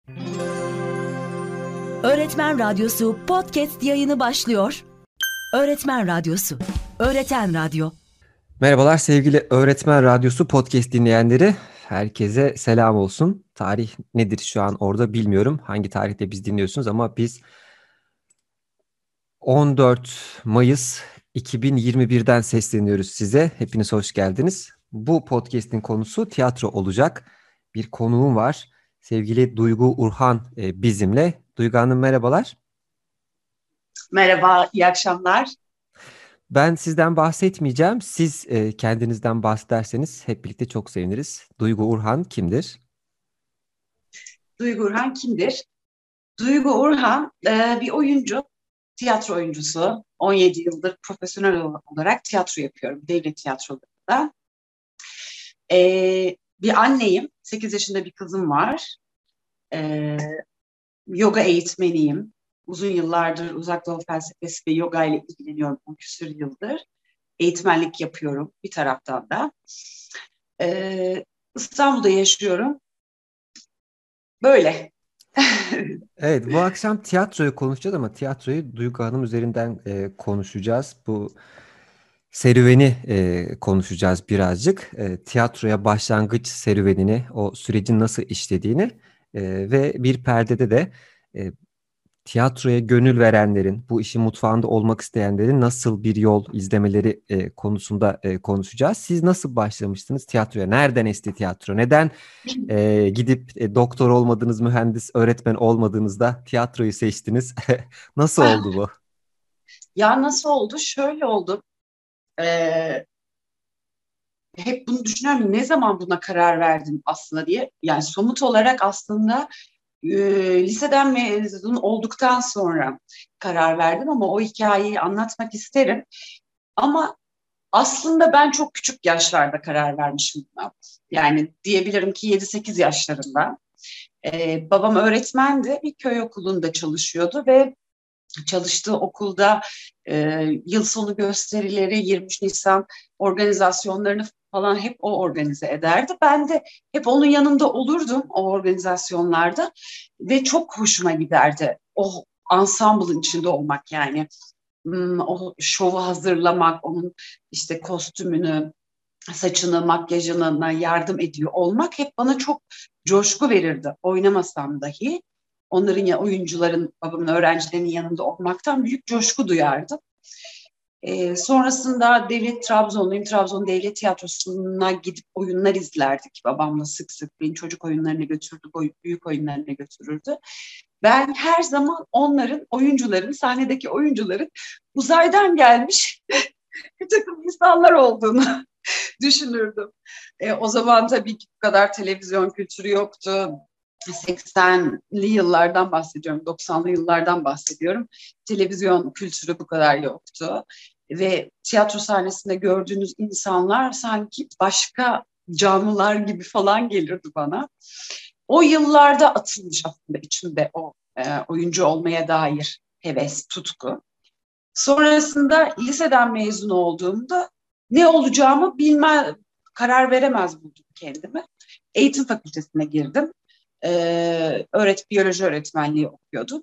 Öğretmen Radyosu podcast yayını başlıyor. Öğretmen Radyosu, öğreten radyo. Merhabalar sevgili Öğretmen Radyosu podcast dinleyenleri. Herkese selam olsun. Tarih nedir şu an orada bilmiyorum. Hangi tarihte biz dinliyorsunuz ama biz 14 Mayıs 2021'den sesleniyoruz size. Hepiniz hoş geldiniz. Bu podcast'in konusu tiyatro olacak. Bir konuğum var. Sevgili Duygu Urhan bizimle. Duygu Hanım merhabalar. Merhaba, iyi akşamlar. Ben sizden bahsetmeyeceğim. Siz kendinizden bahsederseniz hep birlikte çok seviniriz. Duygu Urhan kimdir? Duygu Urhan kimdir? Duygu Urhan bir oyuncu, tiyatro oyuncusu. 17 yıldır profesyonel olarak tiyatro yapıyorum, devlet tiyatrolarında. Bir anneyim, 8 yaşında bir kızım var. Yoga eğitmeniyim. Uzun yıllardır Uzak Doğu felsefesi ve yoga ile ilgileniyorum, 10 küsur yıldır. Eğitmenlik yapıyorum bir taraftan da. İstanbul'da yaşıyorum. Böyle. Evet, bu akşam tiyatroyu konuşacağız ama tiyatroyu Duygu Hanım üzerinden konuşacağız. Bu serüveni konuşacağız birazcık. Tiyatroya başlangıç serüvenini, o sürecin nasıl işlediğini ve bir perdede de tiyatroya gönül verenlerin, bu işin mutfağında olmak isteyenlerin nasıl bir yol izlemeleri konusunda konuşacağız. Siz nasıl başlamıştınız tiyatroya? Nereden esti tiyatro? Neden gidip doktor olmadınız, mühendis, öğretmen olmadığınızda tiyatroyu seçtiniz? Nasıl oldu bu? Ya nasıl oldu? Şöyle oldu. Hep bunu düşünüyorum. Ne zaman buna karar verdim aslında diye. Yani somut olarak aslında liseden mezun olduktan sonra karar verdim ama o hikayeyi anlatmak isterim. Ama aslında ben çok küçük yaşlarda karar vermişim buna. Yani diyebilirim ki 7-8 yaşlarında. Babam öğretmendi, bir köy okulunda çalışıyordu ve çalıştığı okulda yıl sonu gösterileri, 23 Nisan organizasyonlarını falan hep o organize ederdi. Ben de hep onun yanında olurdum o organizasyonlarda ve çok hoşuma giderdi o ansamble'ın içinde olmak yani. O şovu hazırlamak, onun işte kostümünü, saçını, makyajına yardım ediyor olmak hep bana çok coşku verirdi. Oynamasam dahi onların oyuncuların, babamın öğrencilerinin yanında olmaktan büyük coşku duyardım. Sonrasında Trabzonluyum. Trabzon Devlet Tiyatrosu'na gidip oyunlar izlerdik. Babamla sık sık beni çocuk oyunlarına götürdü, büyük oyunlarına götürürdü. Ben her zaman onların, oyuncuların, sahnedeki oyuncuların uzaydan gelmiş bir takım insanlar olduğunu düşünürdüm. O zaman tabii ki bu kadar televizyon kültürü yoktu. 80'li yıllardan bahsediyorum, 90'lı yıllardan bahsediyorum. Televizyon kültürü bu kadar yoktu. Ve tiyatro sahnesinde gördüğünüz insanlar sanki başka canlılar gibi falan gelirdi bana. O yıllarda atılmış aslında içimde o oyuncu olmaya dair heves, tutku. Sonrasında liseden mezun olduğumda ne olacağımı karar veremez buldum kendimi. Eğitim fakültesine girdim. Biyoloji öğretmenliği okuyordum.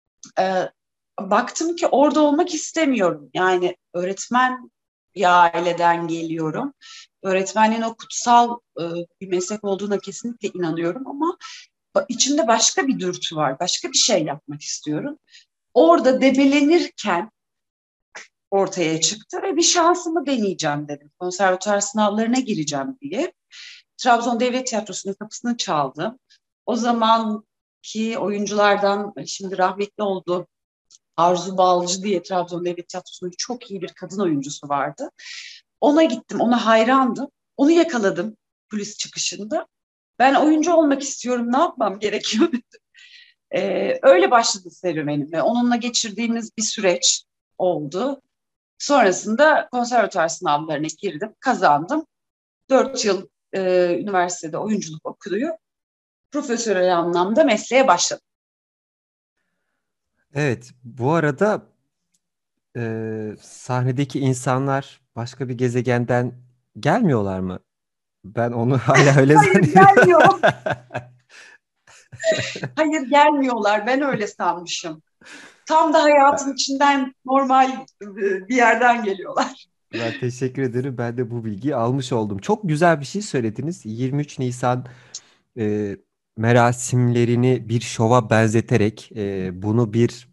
Baktım ki orada olmak istemiyorum. Yani öğretmen bir aileden geliyorum. Öğretmenliğin o kutsal bir meslek olduğuna kesinlikle inanıyorum ama içimde başka bir dürtü var. Başka bir şey yapmak istiyorum. Orada debelenirken ortaya çıktı ve bir şansımı deneyeceğim dedim. Konservatuar sınavlarına gireceğim diye. Trabzon Devlet Tiyatrosu'nun kapısını çaldım. O zamanki oyunculardan şimdi rahmetli oldu Arzu Balcı diye Trabzon Devlet Tiyatrosu'nun çok iyi bir kadın oyuncusu vardı. Ona gittim, ona hayrandım. Onu yakaladım kulis çıkışında. Ben oyuncu olmak istiyorum, ne yapmam gerekiyor dedim. Öyle başladı serüvenim ve onunla geçirdiğimiz bir süreç oldu. Sonrasında konservatuar sınavlarına girdim, kazandım. 4 yıl üniversitede oyunculuk okuduğu profesyonel anlamda mesleğe başladım. Evet, bu arada sahnedeki insanlar başka bir gezegenden gelmiyorlar mı? Ben onu hala öyle Hayır, zannediyorum. gelmiyor. Hayır, gelmiyorlar. Ben öyle sanmışım. Tam da hayatın içinden normal bir yerden geliyorlar. Ben teşekkür ederim. Ben de bu bilgiyi almış oldum. Çok güzel bir şey söylediniz. 23 Nisan e, merasimlerini bir şova benzeterek bunu bir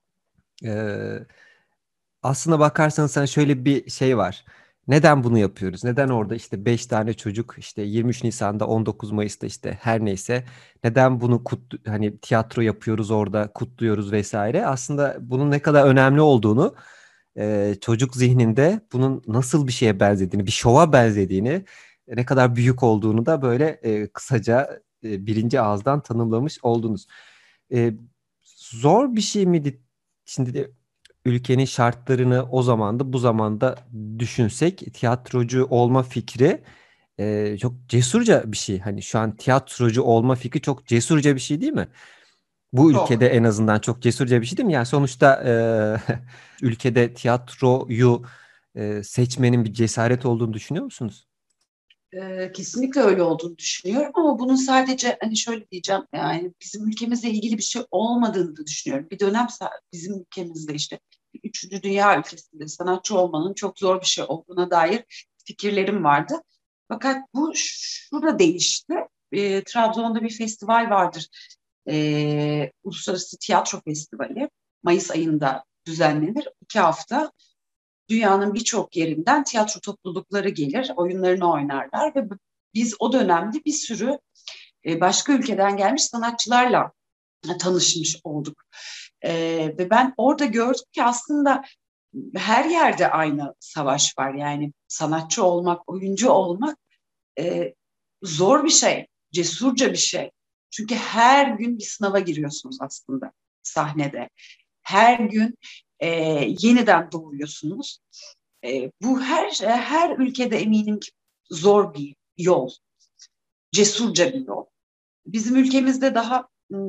e, aslına bakarsanız hani şöyle bir şey var. Neden bunu yapıyoruz? Neden orada işte 5 tane çocuk işte 23 Nisan'da 19 Mayıs'ta işte her neyse neden bunu hani tiyatro yapıyoruz orada kutluyoruz vesaire. Aslında bunun ne kadar önemli olduğunu çocuk zihninde bunun nasıl bir şeye benzediğini, bir şova benzediğini, ne kadar büyük olduğunu da böyle kısaca birinci ağızdan tanımlamış oldunuz. E, Zor bir şey miydi? Şimdi de ülkenin şartlarını o zamanda bu zamanda düşünsek tiyatrocu olma fikri çok cesurca bir şey. Hani şu an tiyatrocu olma fikri çok cesurca bir şey değil mi? Bu ülkede Çok. en azından çok cesurca bir şey değil mi? Yani sonuçta ülkede tiyatroyu seçmenin bir cesaret olduğunu düşünüyor musunuz? Kesinlikle öyle olduğunu düşünüyorum ama bunun sadece hani şöyle diyeceğim, yani bizim ülkemizle ilgili bir şey olmadığını da düşünüyorum. Bir dönem bizim ülkemizde işte bir üçüncü dünya ülkesinde sanatçı olmanın çok zor bir şey olduğuna dair fikirlerim vardı. Fakat bu şurada değişti. Trabzon'da bir festival vardır. Uluslararası Tiyatro Festivali. Mayıs ayında düzenlenir. 2 hafta dünyanın birçok yerinden tiyatro toplulukları gelir, oyunlarını oynarlar ve biz o dönemde bir sürü başka ülkeden gelmiş sanatçılarla tanışmış olduk. Ve ben orada gördüm ki aslında her yerde aynı savaş var. Yani sanatçı olmak, oyuncu olmak e, zor bir şey, cesurca bir şey. Çünkü her gün bir sınava giriyorsunuz aslında sahnede. Her gün e, yeniden doğuyorsunuz. Bu her ülkede eminim ki zor bir yol, cesurca bir yol. Bizim ülkemizde daha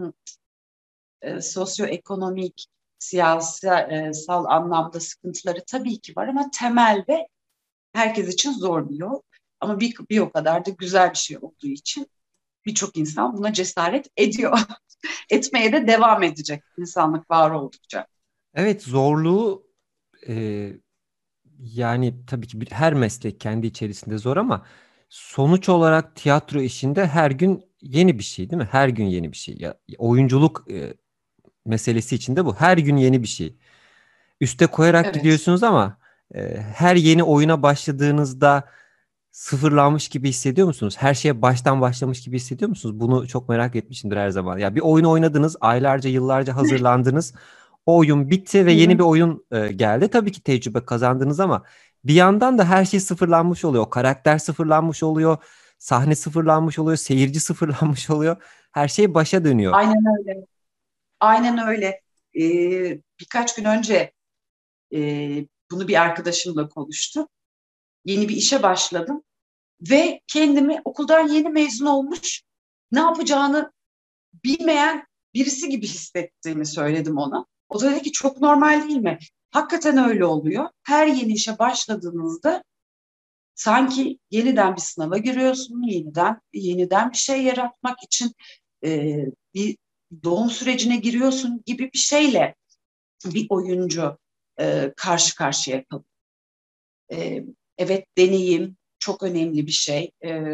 sosyoekonomik, siyasal anlamda sıkıntıları tabii ki var ama temelde herkes için zor bir yol. Ama bir o kadar da güzel bir şey olduğu için birçok insan buna cesaret ediyor. Etmeye de devam edecek insanlık var oldukça. Evet, zorluğu e, yani tabii ki her meslek kendi içerisinde zor ama sonuç olarak tiyatro işinde her gün yeni bir şey değil mi? Her gün yeni bir şey. Ya, oyunculuk meselesi içinde bu. Her gün yeni bir şey. Üste koyarak Evet. gidiyorsunuz ama her yeni oyuna başladığınızda sıfırlanmış gibi hissediyor musunuz? Her şeye baştan başlamış gibi hissediyor musunuz? Bunu çok merak etmişimdir her zaman. Ya bir oyun oynadınız, aylarca, yıllarca hazırlandınız. O oyun bitti ve Hı yeni hı. bir oyun geldi. Tabii ki tecrübe kazandınız ama bir yandan da her şey sıfırlanmış oluyor. O karakter sıfırlanmış oluyor. Sahne sıfırlanmış oluyor. Seyirci sıfırlanmış oluyor. Her şey başa dönüyor. Aynen öyle. Aynen öyle. Birkaç gün önce e, bunu bir arkadaşımla konuştum. Yeni bir işe başladım ve kendimi okuldan yeni mezun olmuş, ne yapacağını bilmeyen birisi gibi hissettiğimi söyledim ona. O da dedi ki çok normal değil mi? Hakikaten öyle oluyor. Her yeni işe başladığınızda sanki yeniden bir sınava giriyorsun, yeniden bir şey yaratmak için e, bir doğum sürecine giriyorsun gibi bir şeyle bir oyuncu karşı karşıya kalıyor. E, evet, deneyim çok önemli bir şey.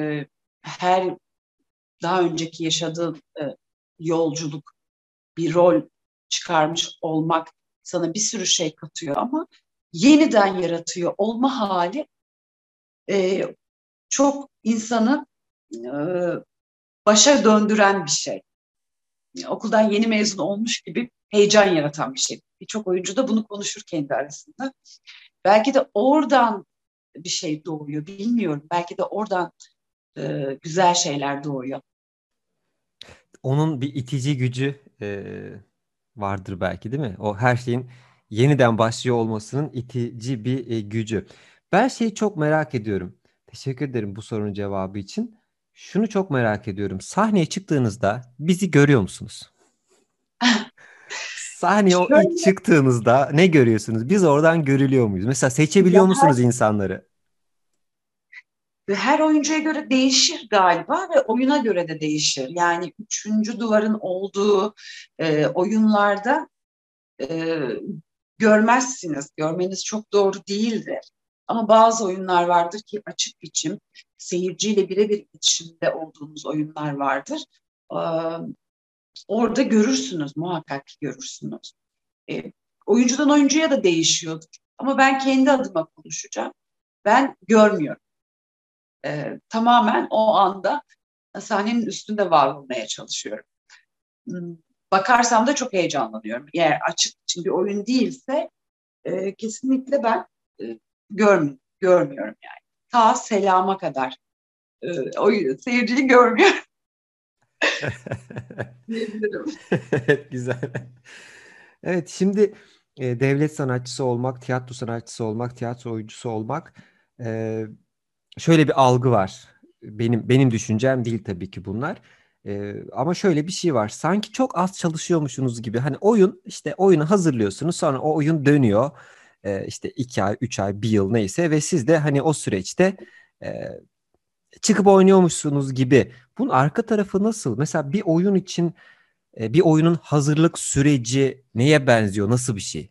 Her daha önceki yaşadığın yolculuk, bir rol çıkarmış olmak sana bir sürü şey katıyor ama yeniden yaratıyor olma hali e, çok insanı e, başa döndüren bir şey. Okuldan yeni mezun olmuş gibi heyecan yaratan bir şey. Birçok oyuncu da bunu konuşur kendi arasında. Belki de oradan bir şey doğuyor, bilmiyorum. Belki de oradan güzel şeyler doğuyor. Onun bir itici gücü vardır belki değil mi? O her şeyin yeniden başlıyor olmasının itici bir gücü. Ben şeyi çok merak ediyorum. Teşekkür ederim bu sorunun cevabı için. Şunu çok merak ediyorum. Sahneye çıktığınızda bizi görüyor musunuz? Sahneye o ilk Şöyle, çıktığınızda ne görüyorsunuz? Biz oradan görülüyor muyuz? Mesela ya seçebiliyor musunuz insanları? Ve her oyuncuya göre değişir galiba ve oyuna göre de değişir. Yani üçüncü duvarın olduğu oyunlarda görmezsiniz. Görmeniz çok doğru değildir. Ama bazı oyunlar vardır ki açık biçim, seyirciyle birebir iletişimde olduğunuz oyunlar vardır. Ee, Orada görürsünüz, muhakkak görürsünüz. Oyuncudan oyuncuya da değişiyordur. Ama ben kendi adıma konuşacağım. Ben görmüyorum. Tamamen o anda sahnenin üstünde var olmaya çalışıyorum. Bakarsam da çok heyecanlanıyorum. Eğer açık için bir oyun değilse kesinlikle ben görmüyorum yani. Ta selama kadar seyirciyi görmüyorum diyebilirim. Evet, güzel. Evet, şimdi devlet sanatçısı olmak, tiyatro sanatçısı olmak, tiyatro oyuncusu olmak, e, şöyle bir algı var. Benim düşüncem değil tabii ki bunlar. Ama şöyle bir şey var. Sanki çok az çalışıyormuşsunuz gibi. Hani işte oyunu hazırlıyorsunuz, sonra o oyun dönüyor. İşte 2 ay, 3 ay, bir yıl neyse ve siz de hani o süreçte e, çıkıp oynuyormuşsunuz gibi. Bunun arka tarafı nasıl? Mesela bir oyun için bir oyunun hazırlık süreci neye benziyor? Nasıl bir şey?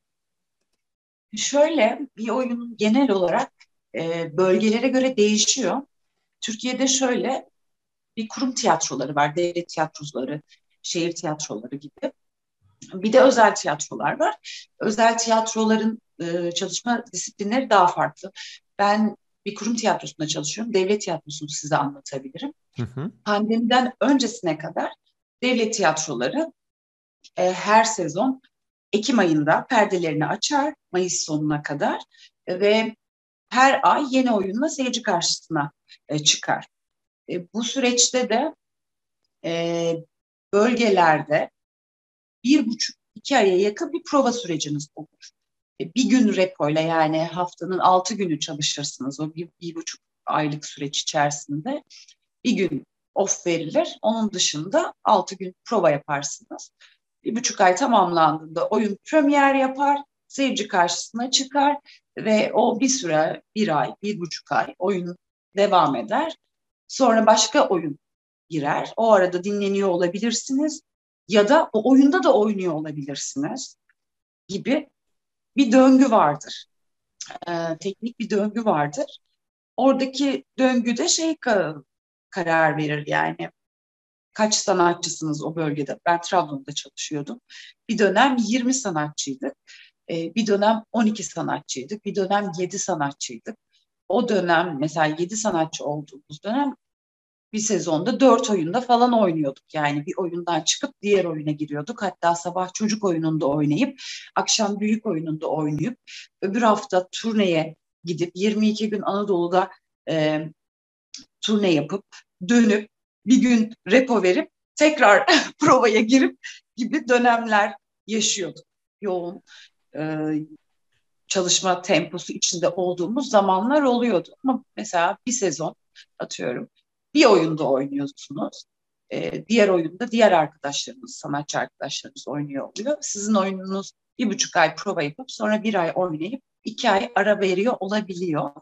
Şöyle bir oyunun genel olarak bölgelere göre değişiyor. Türkiye'de şöyle bir kurum tiyatroları var, devlet tiyatroları, şehir tiyatroları gibi. Bir de özel tiyatrolar var. Özel tiyatroların çalışma disiplinleri daha farklı. Ben bir kurum tiyatrosunda çalışıyorum. Devlet tiyatrosunu size anlatabilirim. Hı hı. Pandemiden öncesine kadar devlet tiyatroları her sezon Ekim ayında perdelerini açar Mayıs sonuna kadar ve her ay yeni oyunla seyirci karşısına çıkar. Bu süreçte de e, bölgelerde 1,5-2 aya yakın bir prova süreciniz olur. Bir gün repoyla yani haftanın 6 günü çalışırsınız o 1,5 aylık süreç içerisinde. Bir gün off verilir. Onun dışında 6 gün prova yaparsınız. 1,5 ay tamamlandığında oyun premier yapar, seyirci karşısına çıkar ve o bir süre 1 ay, 1,5 ay oyun devam eder. Sonra başka oyun girer. O arada dinleniyor olabilirsiniz ya da o oyunda da oynuyor olabilirsiniz gibi bir döngü vardır. Teknik bir döngü vardır. Oradaki döngüde karar verir yani kaç sanatçısınız o bölgede. Ben Trabzon'da çalışıyordum. Bir dönem 20 sanatçıydık. Bir dönem 12 sanatçıydık. Bir dönem 7 sanatçıydık. O dönem mesela 7 sanatçı olduğumuz dönem bir sezonda 4 oyunda falan oynuyorduk. Yani bir oyundan çıkıp diğer oyuna giriyorduk. Hatta sabah çocuk oyununda oynayıp, akşam büyük oyununda oynayıp, öbür hafta turneye gidip 22 gün Anadolu'da e, turne yapıp, dönüp, bir gün repo verip, tekrar provaya girip gibi dönemler yaşıyorduk. Yoğun e, çalışma temposu içinde olduğumuz zamanlar oluyordu. Ama mesela bir sezon atıyorum bir oyunda oynuyorsunuz. Diğer oyunda diğer arkadaşlarınız, sanatçı arkadaşlarınız oynuyor oluyor. Sizin oyununuz 1,5 ay prova yapıp sonra 1 ay oynayıp 2 ay ara veriyor olabiliyor.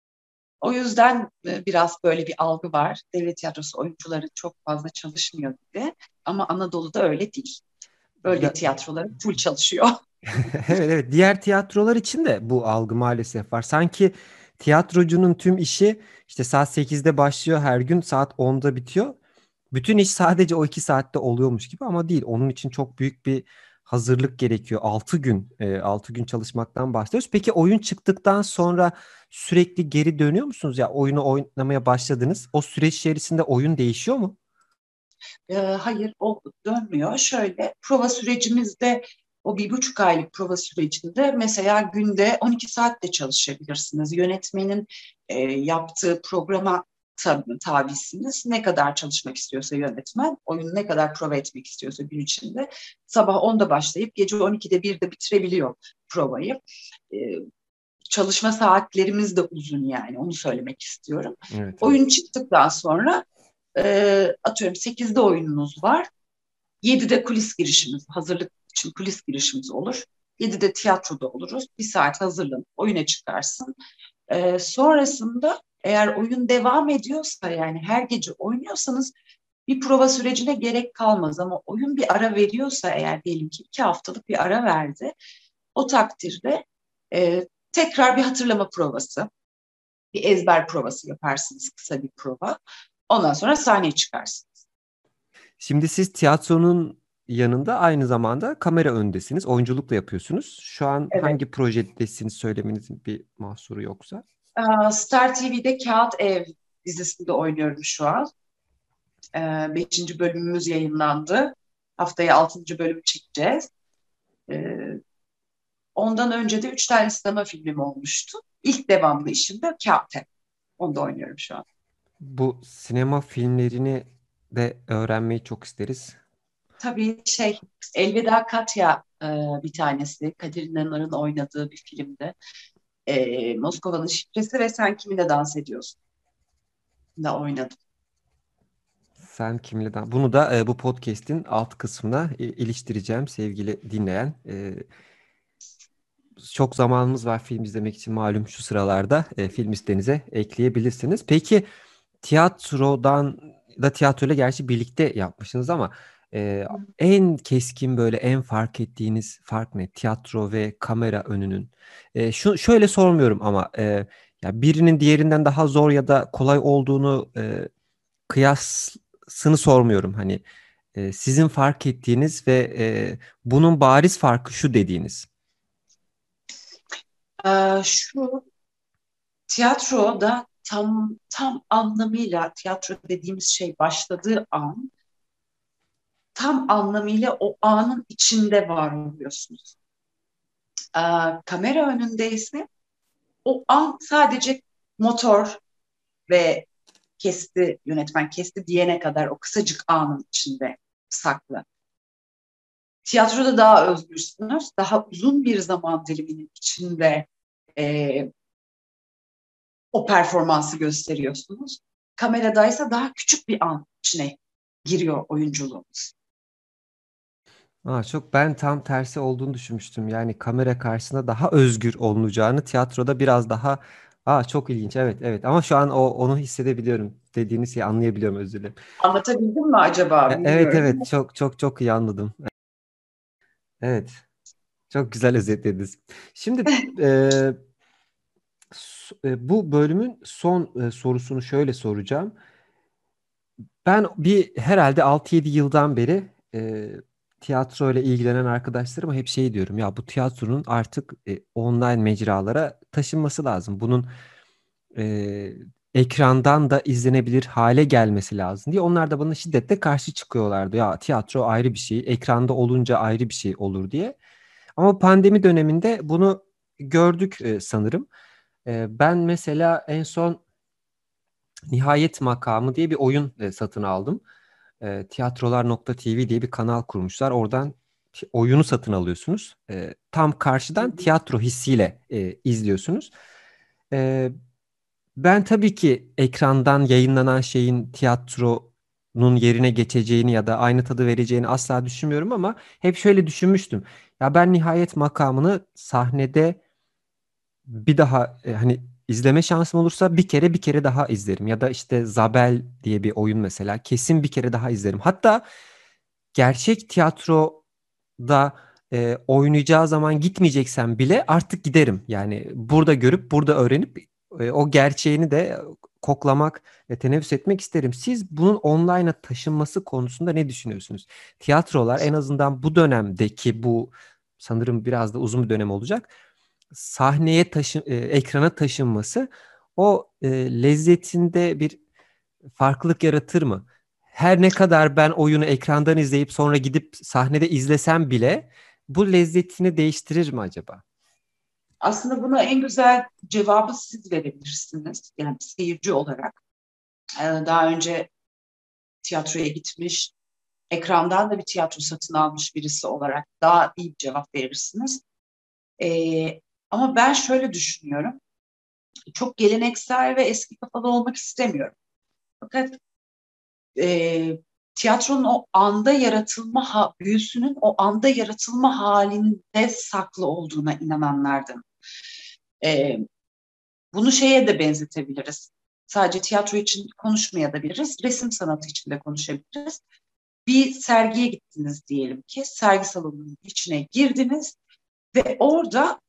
O yüzden biraz böyle bir algı var. Devlet tiyatrosu oyuncuları çok fazla çalışmıyor gibi. Ama Anadolu'da öyle değil. Bölge Ya, tiyatroları full çalışıyor. evet, evet, diğer tiyatrolar için de bu algı maalesef var. Sanki tiyatrocunun tüm işi işte saat 8'de başlıyor, her gün saat 10'da bitiyor. Bütün iş sadece o 2 saatte oluyormuş gibi ama değil. Onun için çok büyük bir hazırlık gerekiyor. 6 gün çalışmaktan bahsediyoruz. Peki oyun çıktıktan sonra sürekli geri dönüyor musunuz? Ya oyunu oynamaya başladınız. O süreç içerisinde oyun değişiyor mu? Hayır, o dönmüyor. Şöyle, prova sürecimizde o 1,5 aylık prova sürecinde mesela günde 12 saat de çalışabilirsiniz. Yönetmenin yaptığı programa tabisiniz. Ne kadar çalışmak istiyorsa yönetmen, oyunu ne kadar prova etmek istiyorsa gün içinde sabah 10'da başlayıp gece 12'de 1'de bitirebiliyor provayı. E, Çalışma saatlerimiz de uzun yani onu söylemek istiyorum. Evet, evet. Oyun çıktıktan sonra atıyorum 8'de oyununuz var. 7'de kulis girişimiz, hazırlık için kulis girişimiz olur. 7'de tiyatroda oluruz. Bir saat hazırlanıp oyuna çıkarsın. Sonrasında Eğer oyun devam ediyorsa, yani her gece oynuyorsanız bir prova sürecine gerek kalmaz. Ama oyun bir ara veriyorsa, eğer diyelim ki 2 haftalık bir ara verdi, o takdirde tekrar bir hatırlama provası, bir ezber provası yaparsınız, kısa bir prova. Ondan sonra sahneye çıkarsınız. Şimdi siz tiyatronun yanında aynı zamanda kamera önündesiniz. Oyunculuk da yapıyorsunuz. Şu an Evet. hangi projedesiniz söylemenizin bir mahsuru yoksa? Star TV'de Kağıt Ev dizisinde oynuyorum şu an. 5. bölümümüz yayınlandı. Haftaya 6. bölümü çekeceğiz. Ee, Ondan önce de 3 tane sinema filmim olmuştu. İlk devamlı işim de Kağıt Ev. Onu da oynuyorum şu an. Bu sinema filmlerini de öğrenmeyi çok isteriz. Tabii Elveda Katya bir tanesi. Kadir İnanır'ın oynadığı bir filmde. Moskova'nın Şifresi ve Sen Kiminle Dans Ediyorsun da oynadım. Sen kimle Bunu da bu podcast'in alt kısmına iliştireceğim sevgili dinleyen. Çok zamanımız var film izlemek için, malum şu sıralarda film listenize ekleyebilirsiniz. Peki tiyatroyla gerçi birlikte yapmışsınız ama en keskin böyle en fark ettiğiniz fark ne? Tiyatro ve kamera önünün. Şöyle sormuyorum ama ya birinin diğerinden daha zor ya da kolay olduğunu kıyasını sormuyorum. Hani sizin fark ettiğiniz ve bunun bariz farkı şu dediğiniz. Şu tiyatroda tam anlamıyla, tiyatro dediğimiz şey başladığı an, tam anlamıyla o anın içinde var oluyorsunuz. Kamera önündeyse o an sadece motor ve yönetmen kesti diyene kadar o kısacık anın içinde saklı. Tiyatroda daha özgürsünüz, daha uzun bir zaman diliminin içinde o performansı gösteriyorsunuz. Kameradaysa daha küçük bir an içine giriyor oyunculuğumuz. Ben tam tersi olduğunu düşünmüştüm. Yani kamera karşısında daha özgür olunacağını, tiyatroda biraz daha çok ilginç. Evet, evet. Ama şu an onu hissedebiliyorum. Dediğiniz şeyi anlayabiliyorum, özür dilerim. Anlatabildim mi acaba? Evet, Bilmiyorum. evet. Çok çok çok iyi anladım. Evet. Çok güzel özetlediniz. Şimdi bu bölümün son sorusunu şöyle soracağım. Ben herhalde 6-7 yıldan beri tiyatro ile ilgilenen arkadaşlarıma hep şey diyorum. Ya bu tiyatronun artık online mecralara taşınması lazım. Bunun e, ekrandan da izlenebilir hale gelmesi lazım diye. Onlar da bana şiddetle karşı çıkıyorlardı. Ya tiyatro ayrı bir şey, ekranda olunca ayrı bir şey olur diye. Ama pandemi döneminde bunu gördük sanırım. Ben mesela en son Nihayet Makamı diye bir oyun satın aldım. Tiyatrolar.tv diye bir kanal kurmuşlar. Oradan oyunu satın alıyorsunuz. Tam karşıdan tiyatro hissiyle izliyorsunuz. E, Ben tabii ki ekrandan yayınlanan şeyin tiyatronun yerine geçeceğini ya da aynı tadı vereceğini asla düşünmüyorum ama hep şöyle düşünmüştüm. Ya ben Nihayet Makamı'nı sahnede bir daha hani izleme şansım olursa bir kere daha izlerim. Ya da işte Zabel diye bir oyun mesela kesin bir kere daha izlerim. Hatta gerçek tiyatroda oynayacağı zaman gitmeyeceksem bile artık giderim. Yani burada görüp burada öğrenip o gerçeğini de koklamak ve teneffüs etmek isterim. Siz bunun online'a taşınması konusunda ne düşünüyorsunuz? Tiyatrolar en azından bu dönemdeki bu sanırım biraz da uzun bir dönem olacak ekrana taşınması o lezzetinde bir farklılık yaratır mı? Her ne kadar ben oyunu ekrandan izleyip sonra gidip sahnede izlesem bile bu lezzetini değiştirir mi acaba? Aslında buna en güzel cevabı siz verebilirsiniz. Yani seyirci olarak. Daha önce tiyatroya gitmiş, ekrandan da bir tiyatro satın almış birisi olarak daha iyi bir cevap verirsiniz. Ama ben şöyle düşünüyorum. Çok geleneksel ve eski kafalı olmak istemiyorum. Fakat tiyatronun o anda yaratılma büyüsünün o anda yaratılma halinde saklı olduğuna inananlardım. Bunu şeye de benzetebiliriz. sadece tiyatro için konuşmayabiliriz, resim sanatı için de konuşabiliriz. Bir sergiye gittiniz diyelim ki, sergi salonunun içine girdiniz ve orada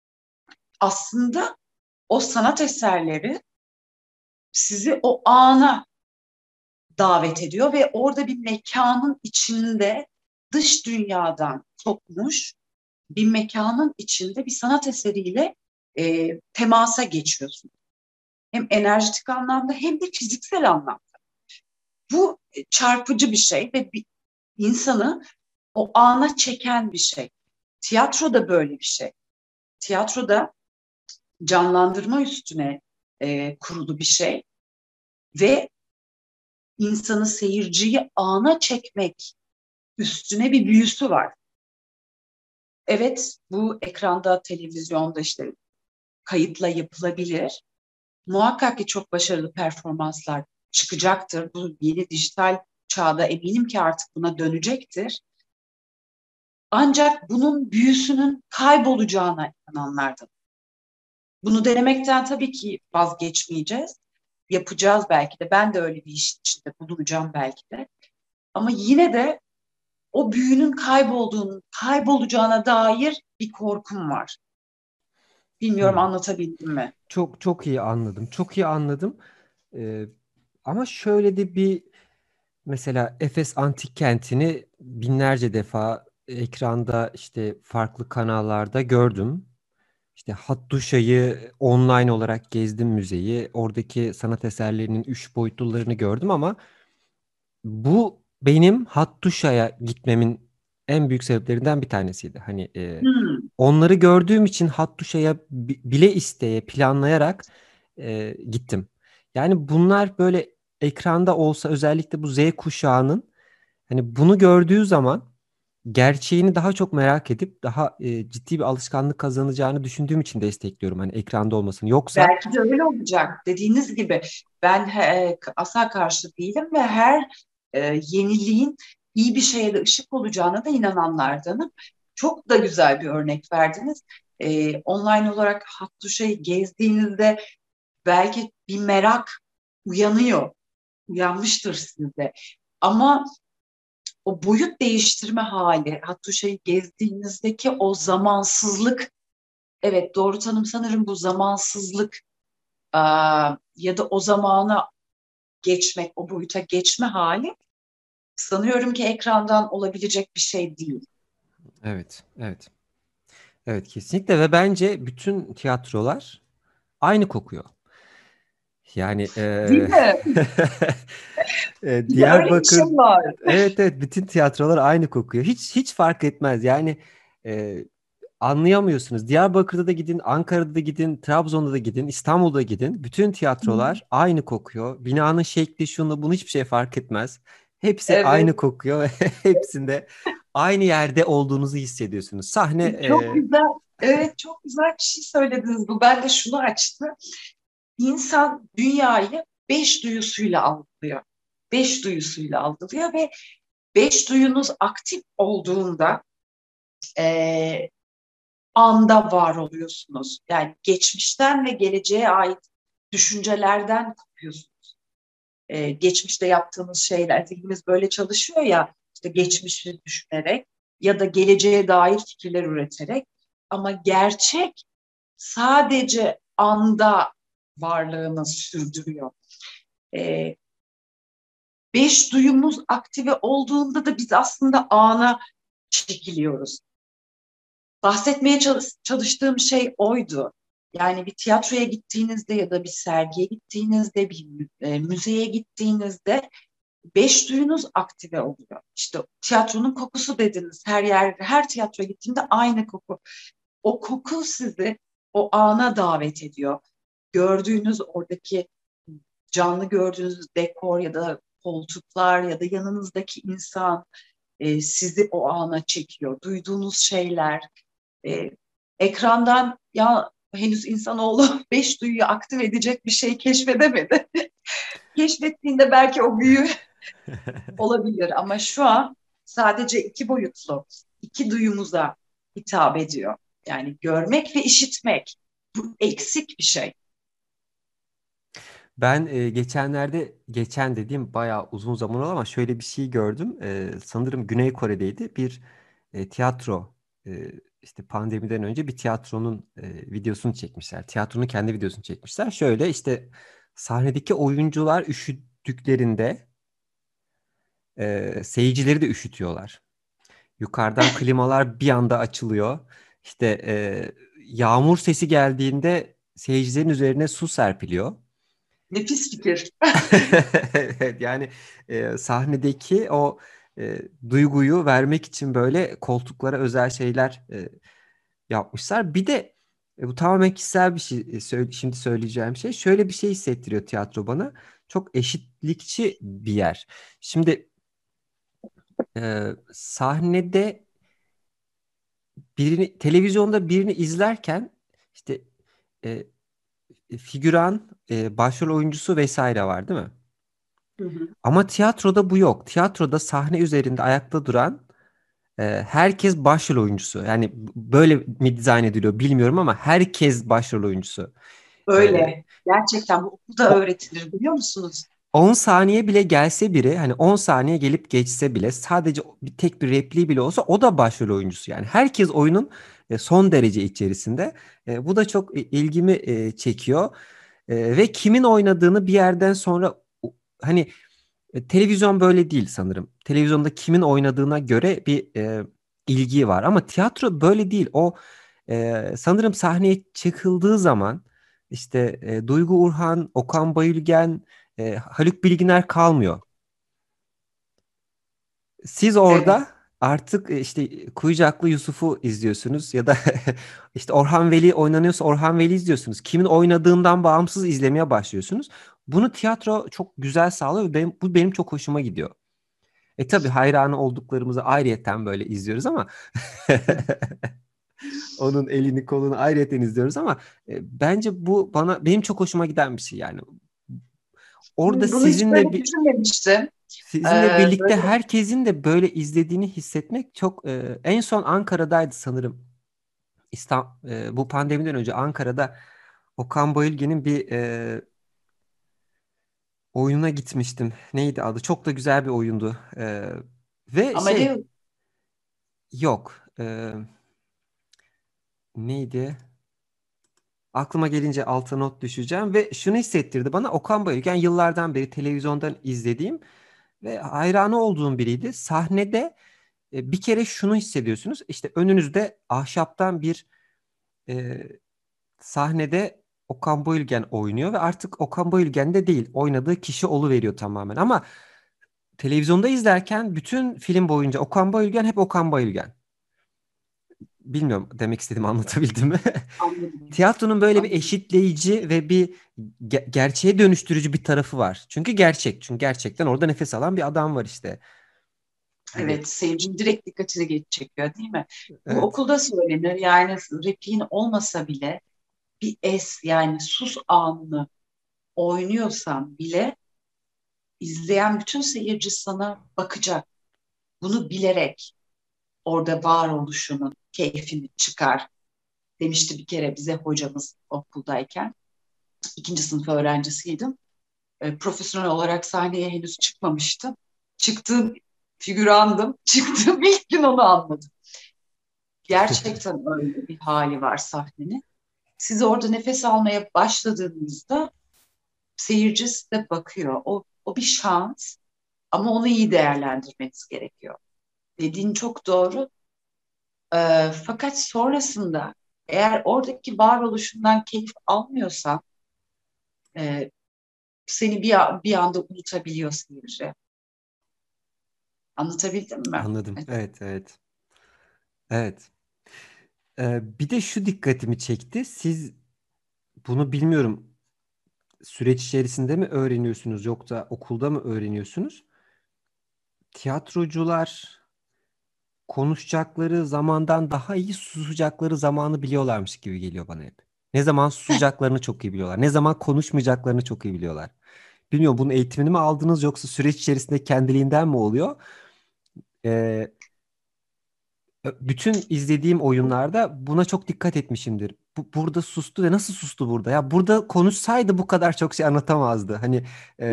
aslında o sanat eserleri sizi o ana davet ediyor ve orada bir mekanın içinde dış dünyadan kopmuş bir mekanın içinde bir sanat eseriyle temasa geçiyorsun. Hem enerjitik anlamda hem de fiziksel anlamda. Bu çarpıcı bir şey ve bir insanı o ana çeken bir şey. Tiyatro da böyle bir şey. Tiyatroda canlandırma üstüne kurulu bir şey ve insanı, seyirciyi ana çekmek üstüne bir büyüsü var. Evet, bu ekranda, televizyonda işte kayıtla yapılabilir. Muhakkak ki çok başarılı performanslar çıkacaktır. Bu yeni dijital çağda eminim ki artık buna dönecektir. Ancak bunun büyüsünün kaybolacağına inananlardan. Bunu denemekten tabii ki vazgeçmeyeceğiz. Yapacağız belki de. Ben de öyle bir iş içinde bulunacağım belki de. Ama yine de o büyünün kaybolacağına dair bir korkum var. Bilmiyorum anlatabildim mi? Çok çok iyi anladım. Çok iyi anladım. Ee, Ama şöyle de bir mesela Efes Antik Kenti'ni binlerce defa ekranda işte farklı kanallarda gördüm. İşte Hattuşa'yı online olarak gezdim müzeyi. Oradaki sanat eserlerinin üç boyutlularını gördüm ama bu benim Hattuşa'ya gitmemin en büyük sebeplerinden bir tanesiydi. Hani onları gördüğüm için Hattuşa'ya bile isteye planlayarak gittim. Yani bunlar böyle ekranda olsa özellikle bu Z kuşağının hani bunu gördüğü zaman gerçeğini daha çok merak edip daha ciddi bir alışkanlık kazanacağını düşündüğüm için destekliyorum hani ekranda olmasını. Yoksa Belki de öyle olacak. Dediğiniz gibi ben asla karşı değilim ve her yeniliğin iyi bir şeye de ışık olacağına da inananlardanım. Çok da güzel bir örnek verdiniz. Online olarak Hattuşa'yı gezdiğinizde belki bir merak uyanıyor. Uyanmıştır sizde. Ama o boyut değiştirme hali, Hattuşa'yı gezdiğinizdeki o zamansızlık, evet doğru tanım sanırım bu zamansızlık ya da o zamana geçmek, o boyuta geçme hali sanıyorum ki ekrandan olabilecek bir şey değil. evet, evet. Evet kesinlikle ve bence bütün tiyatrolar aynı kokuyor. Yani Değil mi? Bir de öyle bir şey Diyarbakır var. evet evet bütün tiyatrolar aynı kokuyor. Hiç fark etmez. Yani e, anlayamıyorsunuz. Diyarbakır'da da gidin, Ankara'da da gidin, Trabzon'da da gidin, İstanbul'da da gidin. Bütün tiyatrolar aynı kokuyor. Binanın şekli şunu bunu hiçbir şey fark etmez. Hepsi Evet, aynı kokuyor ve hepsinde aynı yerde olduğunuzu hissediyorsunuz. Sahne çok güzel. Evet, çok güzel bir şey söylediniz bu. Ben de şunu açtı. İnsan dünyayı beş duyusuyla algılıyor. Beş duyusuyla algılıyor ve beş duyunuz aktif olduğunda anda var oluyorsunuz. Yani geçmişten ve geleceğe ait düşüncelerden kopuyorsunuz. Geçmişte yaptığınız şeyler, zihnimiz böyle çalışıyor ya, işte geçmişi düşünerek ya da geleceğe dair fikirler üreterek. Ama gerçek sadece anda varlığını sürdürüyor. Ee, Beş duyumuz aktive olduğunda da biz aslında ana çekiliyoruz. Bahsetmeye çalıştığım şey oydu. Yani bir tiyatroya gittiğinizde ya da bir sergiye gittiğinizde, bir müzeye gittiğinizde beş duyunuz aktive oluyor. İşte tiyatronun kokusu dediniz. Her yerde, her tiyatroya gittiğimde aynı koku. O koku sizi o ana davet ediyor. Gördüğünüz oradaki canlı gördüğünüz dekor ya da koltuklar ya da yanınızdaki insan sizi o ana çekiyor. Duyduğunuz şeyler, e, ekrandan ya henüz insanoğlu beş duyuyu aktif edecek bir şey keşfedemedi. Keşfettiğinde belki o büyü olabilir ama şu an sadece iki boyutlu, iki duyumuza hitap ediyor. Yani görmek ve işitmek. Bu eksik bir şey. Ben geçen dediğim bayağı uzun zaman oldu ama şöyle bir şey gördüm. Sanırım Güney Kore'deydi. Bir tiyatro işte pandemiden önce bir tiyatronun videosunu çekmişler. Tiyatronun kendi videosunu çekmişler. Şöyle işte sahnedeki oyuncular üşüttüklerinde seyircileri de üşütüyorlar. Yukarıdan klimalar bir anda açılıyor. İşte yağmur sesi geldiğinde seyircilerin üzerine su serpiliyor. Nefis fikir. Evet, yani sahnedeki o duyguyu vermek için böyle koltuklara özel şeyler yapmışlar. Bir de bu tamamen kişisel bir şey. Şimdi söyleyeceğim şey şöyle bir şey hissettiriyor tiyatro bana. Çok eşitlikçi bir yer. Şimdi sahnede televizyonda birini izlerken işte e, figüran, başrol oyuncusu vesaire var değil mi? Hı hı. Ama tiyatroda bu yok. Tiyatroda sahne üzerinde ayakta duran herkes başrol oyuncusu. Yani böyle mi dizayn ediliyor bilmiyorum ama herkes başrol oyuncusu. E, Öyle. Gerçekten bu okulda o- öğretilir biliyor musunuz? 10 saniye bile gelse biri hani 10 saniye gelip geçse bile sadece tek bir repliği bile olsa o da başrol oyuncusu. Yani herkes oyunun son derece içerisinde. Bu da çok ilgimi çekiyor. Ve kimin oynadığını bir yerden sonra hani televizyon böyle değil sanırım. Televizyonda kimin oynadığına göre bir ilgi var ama tiyatro böyle değil. O sanırım sahneye çıkıldığı zaman işte Duygu Urhan, Okan Bayülgen, Haluk Bilginer kalmıyor. Siz Evet. orada artık işte Kuyucaklı Yusuf'u izliyorsunuz ya da işte Orhan Veli oynanıyorsa Orhan Veli izliyorsunuz. Kimin oynadığından bağımsız izlemeye başlıyorsunuz. Bunu tiyatro çok güzel sağlıyor ve bu benim çok hoşuma gidiyor. Tabii hayranı olduklarımızı ayrıyeten böyle izliyoruz ama onun elini kolunu ayrıyeten izliyoruz ama bence bu benim çok hoşuma giden bir şey yani. Orada Bunu hiç böyle düşünmemiştim. sizinle birlikte Böyle herkesin de böyle izlediğini hissetmek çok en son Ankara'daydı sanırım. Bu pandemiden önce Ankara'da Okan Bayülgen'in bir oyununa gitmiştim. Neydi adı? Çok da güzel bir oyundu. Ve Amadeus. yok. Neydi? Aklıma gelince alta not düşeceğim ve şunu hissettirdi bana. Okan Bayülgen yıllardan beri televizyondan izlediğim ve hayranı olduğum biriydi. Sahnede bir kere şunu hissediyorsunuz. İşte önünüzde ahşaptan bir e, sahnede Okan Bayülgen oynuyor ve artık Okan Bayülgen de değil. Oynadığı kişi oluveriyor tamamen. Ama televizyonda izlerken bütün film boyunca Okan Bayülgen hep Okan Bayülgen. Bilmiyorum demek istediğimi anlatabildim mi? Anladım. Tiyatronun böyle bir Anladım. eşitleyici ve bir gerçeğe dönüştürücü bir tarafı var. Çünkü gerçek. Çünkü gerçekten orada nefes alan bir adam var işte. Hani Evet, seyircinin direkt dikkatini çekiyor değil mi? Bu evet. okulda söylenir. Yani repliğin olmasa bile bir yani sus anını oynuyorsan bile izleyen bütün seyirci sana bakacak. Bunu bilerek orada varoluşunun keyfini çıkar demişti bir kere bize hocamız okuldayken. İkinci sınıf öğrencisiydim. Profesyonel olarak sahneye henüz çıkmamıştım. Çıktığım figürandım. Çıktığım ilk gün onu anladım. Gerçekten öyle bir hali var sahnenin. Siz orada nefes almaya başladığınızda seyirci size bakıyor. O bir şans ama onu iyi değerlendirmeniz gerekiyor. Dediğin çok doğru. Fakat sonrasında eğer oradaki varoluşundan keyif almıyorsan e, seni bir anda unutabiliyor seyirci. Anlatabildim mi? Anladım. Evet. Evet, evet. Evet. Bir de şu dikkatimi çekti. Siz bunu bilmiyorum süreç içerisinde mi öğreniyorsunuz yoksa okulda mı öğreniyorsunuz? Tiyatrocular konuşacakları zamandan daha iyi susacakları zamanı biliyorlarmış gibi geliyor bana hep. Ne zaman susacaklarını çok iyi biliyorlar. Ne zaman konuşmayacaklarını çok iyi biliyorlar. Bilmiyorum bunun eğitimini mi aldınız yoksa süreç içerisinde kendiliğinden mi oluyor? Ee, bütün izlediğim oyunlarda buna çok dikkat etmişimdir. Burada sustu ve nasıl sustu burada? Ya burada konuşsaydı bu kadar çok şey anlatamazdı. Hani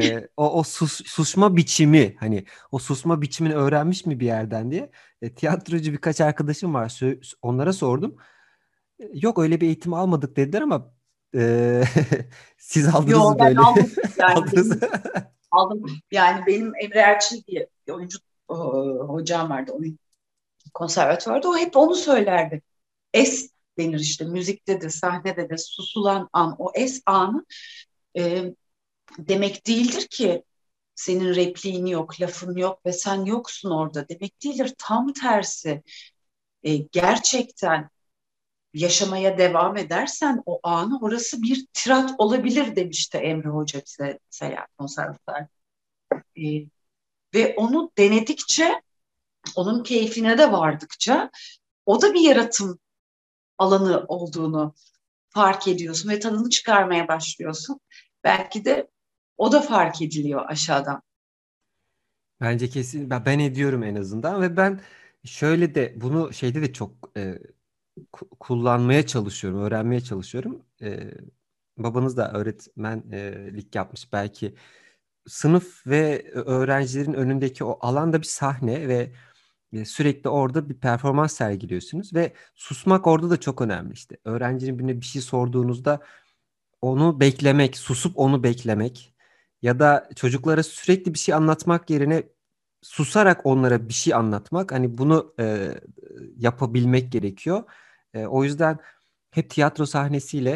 susma biçimi, hani o susma biçimini öğrenmiş mi bir yerden diye. Tiyatrocu birkaç arkadaşım var. Onlara sordum. Yok öyle bir eğitim almadık dediler ama e, siz aldınız Yo, mı ben böyle? aldım. Yani Aldınız. aldım. Yani benim Emre Erçil diye bir oyuncu hocam vardı. Oyun konservatuvarda. O hep onu söylerdi. Es denir işte, müzikte de sahnede de susulan an, o es anı e, demek değildir ki senin repliğin yok, lafın yok ve sen yoksun orada. Demek değildir. Tam tersi. Gerçekten yaşamaya devam edersen o anı, orası bir tirat olabilir demişti Emre Hoca bize mesela konservatuvar. E, Ve onu denedikçe, onun keyfine de vardıkça o da bir yaratım alanı olduğunu fark ediyorsun ve tadını çıkarmaya başlıyorsun. Belki de o da fark ediliyor aşağıdan. Bence kesin ben ediyorum en azından ve ben şöyle de bunu şeyde de çok kullanmaya çalışıyorum, öğrenmeye çalışıyorum. Babanız da öğretmenlik yapmış belki. Sınıf ve öğrencilerin önündeki o alanda bir sahne ve sürekli orada bir performans sergiliyorsunuz ve susmak orada da çok önemli işte. Öğrencinin birine bir şey sorduğunuzda onu beklemek, susup onu beklemek ya da çocuklara sürekli bir şey anlatmak yerine susarak onlara bir şey anlatmak. Hani bunu yapabilmek gerekiyor. O yüzden hep tiyatro sahnesiyle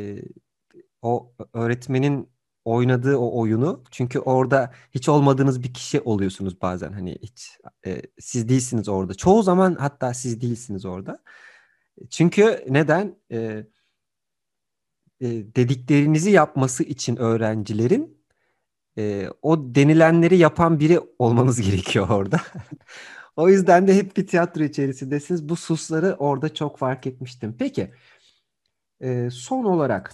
o öğretmenin oynadığı o oyunu, çünkü orada hiç olmadığınız bir kişi oluyorsunuz bazen, hani hiç siz değilsiniz orada. Çoğu zaman hatta siz değilsiniz orada. Çünkü neden? Dediklerinizi yapması için öğrencilerin o denilenleri yapan biri olmanız gerekiyor orada. O yüzden de hep bir tiyatro içerisindesiniz. Bu susları orada çok fark etmiştim. Peki, son olarak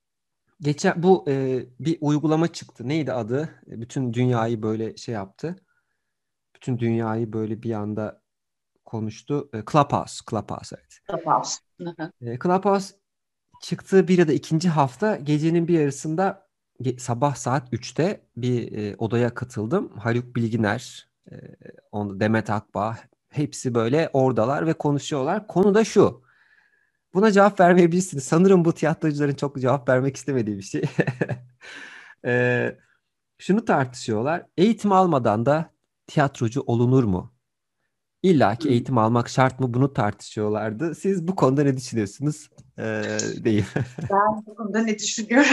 bir uygulama çıktı. Neydi adı? Bütün dünyayı böyle şey yaptı. Bütün dünyayı böyle bir anda konuştu. Clubhouse, Clubhouse, evet. Clubhouse. Clubhouse çıktığı bir ya da ikinci hafta gecenin bir yarısında sabah saat 3'te bir odaya katıldım. Haluk Bilginer, Demet Akbağ, hepsi böyle oradalar ve konuşuyorlar. Konu da şu. Buna cevap vermeyebilirsiniz. Sanırım bu tiyatrocuların çok cevap vermek istemediği bir şey. E, Şunu tartışıyorlar. Eğitim almadan da tiyatrocu olunur mu? İlla ki eğitim almak şart mı? Bunu tartışıyorlardı. Siz bu konuda ne düşünüyorsunuz? Diyeyim. Ben bu konuda ne düşünüyorum?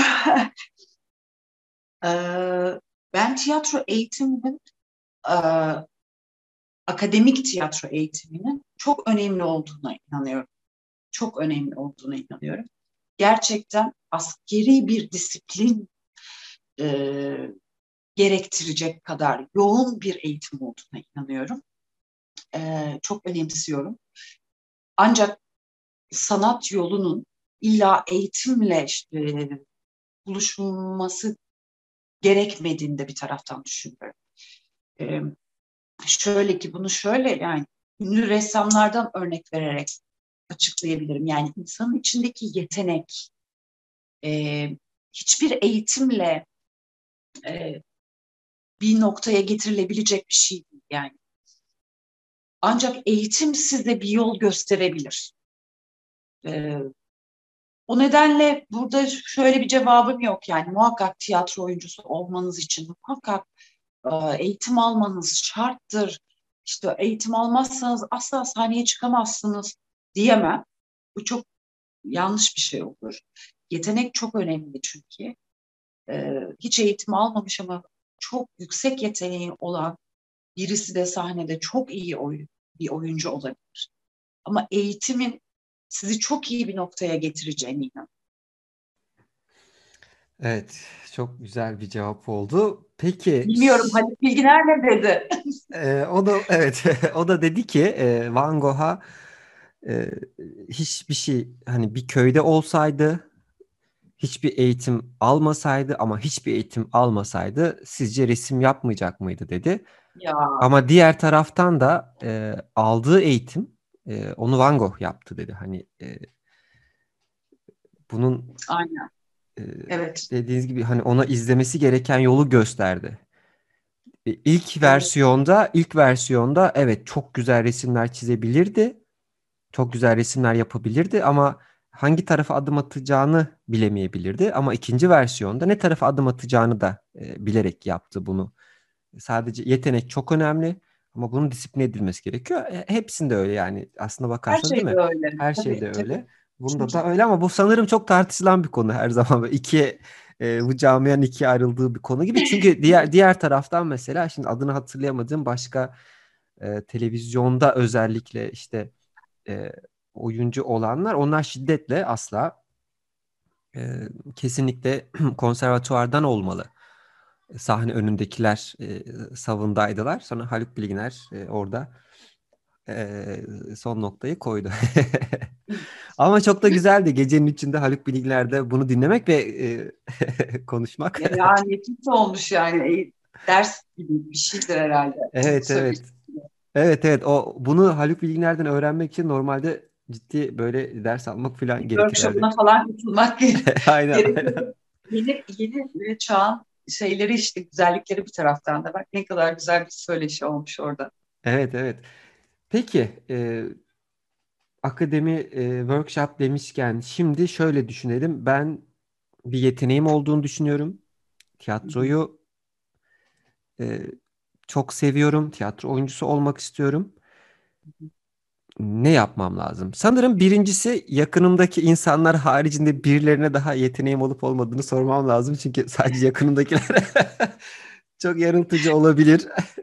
Ben tiyatro eğitiminin, e, akademik tiyatro eğitiminin çok önemli olduğuna inanıyorum. Çok önemli olduğuna inanıyorum. Gerçekten askeri bir disiplin e, gerektirecek kadar yoğun bir eğitim olduğuna inanıyorum. Çok önemsiyorum. Ancak sanat yolunun illa eğitimle buluşması gerekmediğini de bir taraftan düşünüyorum. Ee, Şöyle ki, bunu şöyle, yani ünlü ressamlardan örnek vererek açıklayabilirim. Yani insanın içindeki yetenek e, hiçbir eğitimle e, bir noktaya getirilebilecek bir şey değil yani. Ancak eğitim size bir yol gösterebilir. E, O nedenle burada şöyle bir cevabım yok yani, muhakkak tiyatro oyuncusu olmanız için muhakkak eğitim almanız şarttır. İşte eğitim almazsanız asla sahneye çıkamazsınız diyemem. Bu çok yanlış bir şey olur. Yetenek çok önemli çünkü. Hiç eğitim almamış ama çok yüksek yeteneği olan birisi de sahnede çok iyi bir oyuncu olabilir. Ama eğitimin sizi çok iyi bir noktaya getireceğine inanıyorum. Evet, çok güzel bir cevap oldu. Peki, Bilmiyorum, Haluk Bilginer ne dedi? o da evet, o da dedi ki Van Gogh'a e, hiçbir şey, hani bir köyde olsaydı, hiçbir eğitim almasaydı, ama hiçbir eğitim almasaydı sizce resim yapmayacak mıydı dedi. Ya Ama diğer taraftan da aldığı eğitim onu Van Gogh yaptı dedi. Hani bunun Aynen. Evet. dediğiniz gibi hani ona izlemesi gereken yolu gösterdi. İlk Evet. versiyonda evet çok güzel resimler çizebilirdi. Çok güzel resimler yapabilirdi ama hangi tarafa adım atacağını bilemeyebilirdi. Ama ikinci versiyonda ne tarafa adım atacağını da bilerek yaptı bunu. Sadece yetenek çok önemli ama bunun disipline edilmesi gerekiyor. Hepsinde öyle yani aslına Her bakarsan değil şeyde mi? öyle. Her Tabii, şeyde tabii. öyle. Bunda Çünkü da öyle ama bu sanırım çok tartışılan bir konu her zaman. Böyle bu camianın ikiye ayrıldığı bir konu gibi. Çünkü diğer taraftan mesela şimdi adını hatırlayamadığım başka televizyonda özellikle işte e, oyuncu olanlar onlar şiddetle asla kesinlikle konservatuvardan olmalı. Sahne önündekiler savundaydılar. Sonra Haluk Bilginer orada son noktayı koydu. Ama çok da güzeldi gecenin içinde Haluk Bilginer'de bunu dinlemek ve konuşmak. ya nefis olmuş yani. Ders gibi bir şeydir herhalde. Onu Evet söyleyeyim. evet. Evet evet bunu Haluk Bilginer'den öğrenmek için normalde ciddi böyle ders almak falan Bir gerekir herhalde. workshop'una falan katılmak Aynen gerekiyor. aynen. Yeni çağın şeyleri işte güzellikleri bir taraftan da bak ne kadar güzel bir söyleşi olmuş orada. Evet evet. Peki akademi workshop demişken şimdi şöyle düşünelim. Ben bir yeteneğim olduğunu düşünüyorum. Hı hı. Tiyatroyu e, çok seviyorum. Tiyatro oyuncusu olmak istiyorum. Ne yapmam lazım? Sanırım birincisi yakınımdaki insanlar haricinde birilerine daha yeteneğim olup olmadığını sormam lazım. Çünkü sadece yakınımdakiler çok yanıltıcı olabilir.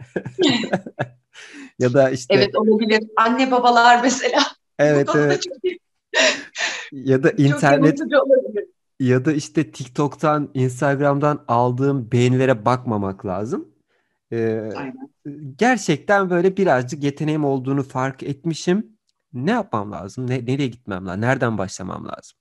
Ya da işte Evet olabilir. Anne babalar mesela bu evet konuda evet ya da çok internet yanıltıcı olabilir. ya da işte TikTok'tan, Instagram'dan aldığım beğenilere bakmamak lazım. Ee, Aynen. Gerçekten böyle birazcık yeteneğim olduğunu fark etmişim. Ne yapmam lazım? Nereye gitmem lazım? Nereden başlamam lazım?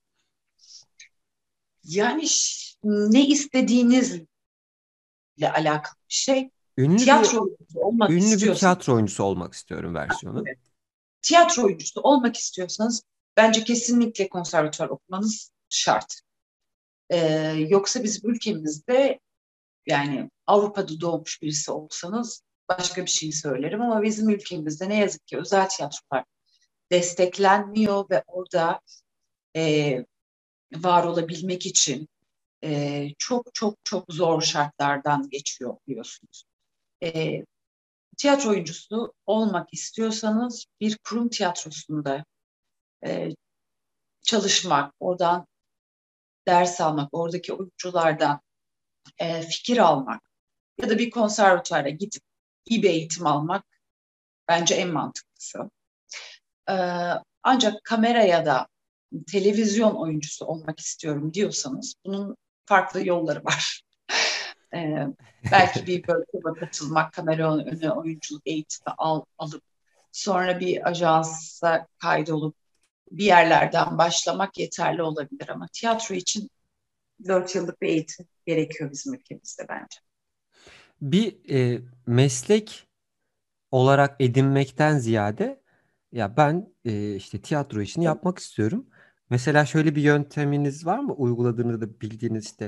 Yani ne istediğinizle alakalı bir şey. Ünlü bir Tiyatro oyuncusu olmak ünlü bir istiyorsanız, tiyatro oyuncusu olmak istiyorum versiyonu. evet, tiyatro oyuncusu olmak istiyorsanız bence kesinlikle konservatuvar okumanız şart. Yoksa bizim ülkemizde yani Avrupa'da doğmuş birisi olsanız başka bir şey söylerim ama bizim ülkemizde ne yazık ki özel tiyatrolar desteklenmiyor ve orada e, var olabilmek için çok çok çok zor şartlardan geçiyor biliyorsunuz. E, Tiyatro oyuncusu olmak istiyorsanız bir kurum tiyatrosunda e, çalışmak, oradan ders almak, oradaki oyunculardan fikir almak ya da bir konservatuvara gidip iyi bir eğitim almak bence en mantıklısı. E, Ancak kamera ya da televizyon oyuncusu olmak istiyorum diyorsanız bunun farklı yolları var. E, Belki bir workshop'a katılmak, kamera önü oyunculuk eğitimi alıp sonra bir ajansa kaydolup bir yerlerden başlamak yeterli olabilir ama tiyatro için 4 yıllık bir eğitim gerekiyor bizim ülkemizde bence. Bir meslek olarak edinmekten ziyade ya ben işte tiyatro işini yapmak istiyorum. Mesela şöyle bir yönteminiz var mı? Uyguladığınızda da bildiğiniz işte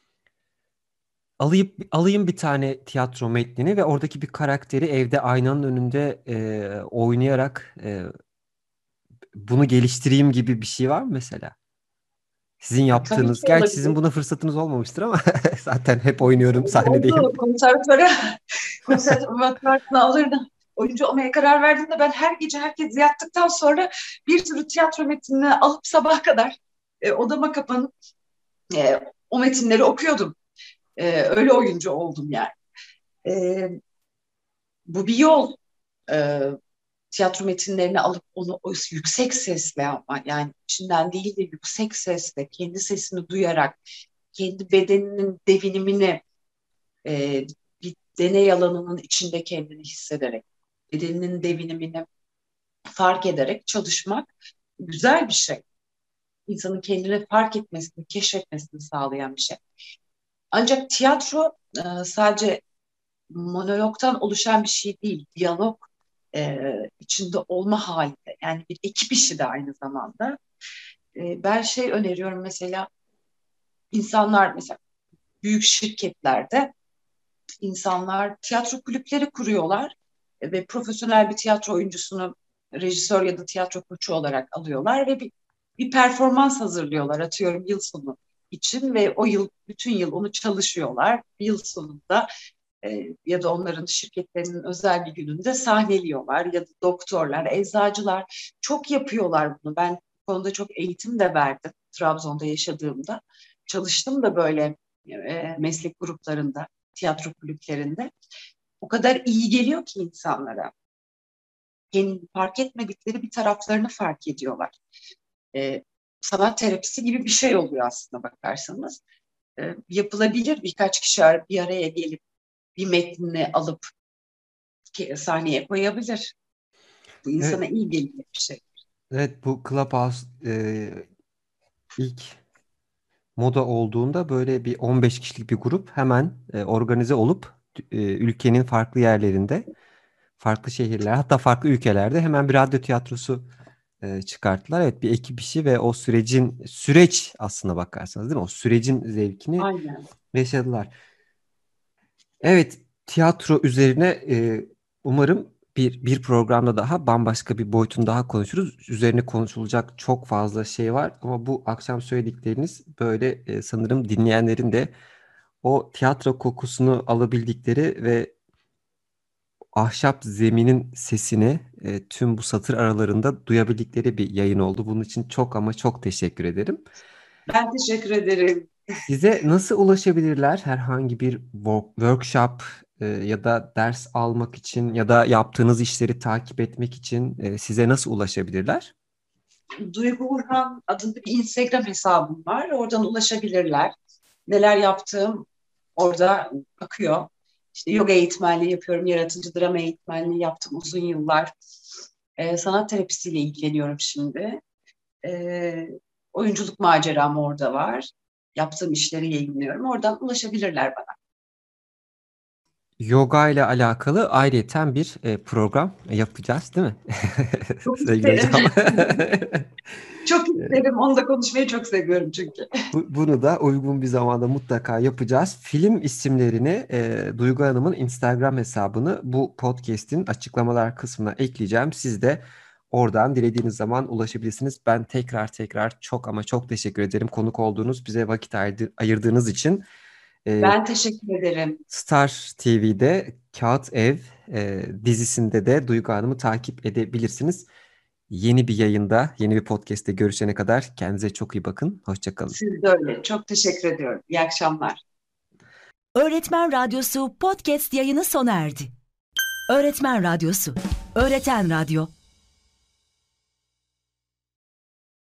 alayım bir tane tiyatro metnini ve oradaki bir karakteri evde aynanın önünde oynayarak bunu geliştireyim gibi bir şey var mı mesela? Sizin Tabii yaptığınız, ki gerçi sizin olabilir. buna fırsatınız olmamıştır ama zaten hep oynuyorum sahnedeyim. Oldu. Konservatuara sınavlarına alırdım. Oyuncu olmaya karar verdiğimde ben her gece herkes yattıktan sonra bir sürü tiyatro metnini alıp sabaha kadar odama kapanıp o metinleri okuyordum. Öyle oyuncu oldum yani. E, Bu bir yol. E, Tiyatro metinlerini alıp onu o yüksek sesle ama yani içinden değil de yüksek sesle kendi sesini duyarak kendi bedeninin devinimini e, bir deney alanının içinde kendini hissederek bedeninin devinimini fark ederek çalışmak güzel bir şey. İnsanın kendini fark etmesini, keşfetmesini sağlayan bir şey. Ancak tiyatro sadece monologtan oluşan bir şey değil. Diyalog içinde olma halinde. Yani bir ekip işi de aynı zamanda. Ben şey öneriyorum mesela, insanlar mesela büyük şirketlerde insanlar tiyatro kulüpleri kuruyorlar ve profesyonel bir tiyatro oyuncusunu rejisör ya da tiyatro koçu olarak alıyorlar ve bir performans hazırlıyorlar, atıyorum yıl sonu için, ve o yıl bütün yıl onu çalışıyorlar. Yıl sonunda ya da onların şirketlerinin özel bir gününde sahneliyorlar, ya da doktorlar, eczacılar çok yapıyorlar bunu. Ben bu konuda çok eğitim de verdim Trabzon'da yaşadığımda. Çalıştım da böyle meslek gruplarında, tiyatro kulüplerinde. O kadar iyi geliyor ki insanlara. Kendini fark etmedikleri bir taraflarını fark ediyorlar. Sanat terapisi gibi bir şey oluyor aslında bakarsanız. Yapılabilir, birkaç kişi bir araya gelip bir metnini alıp sahneye koyabilir. Bu insana Evet, iyi geliyor bir şey. evet, bu Clubhouse ilk moda olduğunda böyle bir 15 kişilik bir grup hemen organize olup ülkenin farklı yerlerinde, farklı şehirler, hatta farklı ülkelerde hemen bir radyo tiyatrosu çıkarttılar. Evet, bir ekip işi ve o süreç aslına bakarsanız, değil mi? O sürecin zevkini Aynen. yaşadılar. Evet, tiyatro üzerine umarım bir programda daha bambaşka bir boyutunu daha konuşuruz. Üzerine konuşulacak çok fazla şey var ama bu akşam söyledikleriniz böyle sanırım dinleyenlerin de o tiyatro kokusunu alabildikleri ve ahşap zeminin sesini tüm bu satır aralarında duyabildikleri bir yayın oldu. Bunun için çok ama çok teşekkür ederim. Ben teşekkür ederim. Size nasıl ulaşabilirler? Herhangi bir workshop ya da ders almak için ya da yaptığınız işleri takip etmek için size nasıl ulaşabilirler? Duygu Urhan adında bir Instagram hesabım var. Oradan ulaşabilirler. Neler yaptığım orada akıyor. İşte yoga eğitmenliği yapıyorum, yaratıcı drama eğitmenliği yaptım uzun yıllar. Sanat terapisiyle ilgileniyorum şimdi. Ee, Oyunculuk maceram orada var. Yaptığım işleri yayınlıyorum. Oradan ulaşabilirler bana. Yoga ile alakalı ayrıyeten bir program yapacağız, değil mi? Çok Sevgili isterim. hocam. Çok isterim. Onu da konuşmayı çok seviyorum çünkü. Bunu da uygun bir zamanda mutlaka yapacağız. Film isimlerini Duygu Hanım'ın Instagram hesabını bu podcast'in açıklamalar kısmına ekleyeceğim. Siz de oradan dilediğiniz zaman ulaşabilirsiniz. Ben tekrar çok ama çok teşekkür ederim konuk olduğunuz, bize vakit ayırdığınız için. Ben teşekkür ederim. Star TV'de Kağıt Ev dizisinde de Duygu Hanım'ı takip edebilirsiniz. Yeni bir yayında, yeni bir podcast'te görüşene kadar kendinize çok iyi bakın. Hoşça kalın. Siz de öyle. Çok teşekkür ediyorum. İyi akşamlar. Öğretmen Radyosu podcast yayını sona erdi. Öğretmen Radyosu, Öğreten Radyo.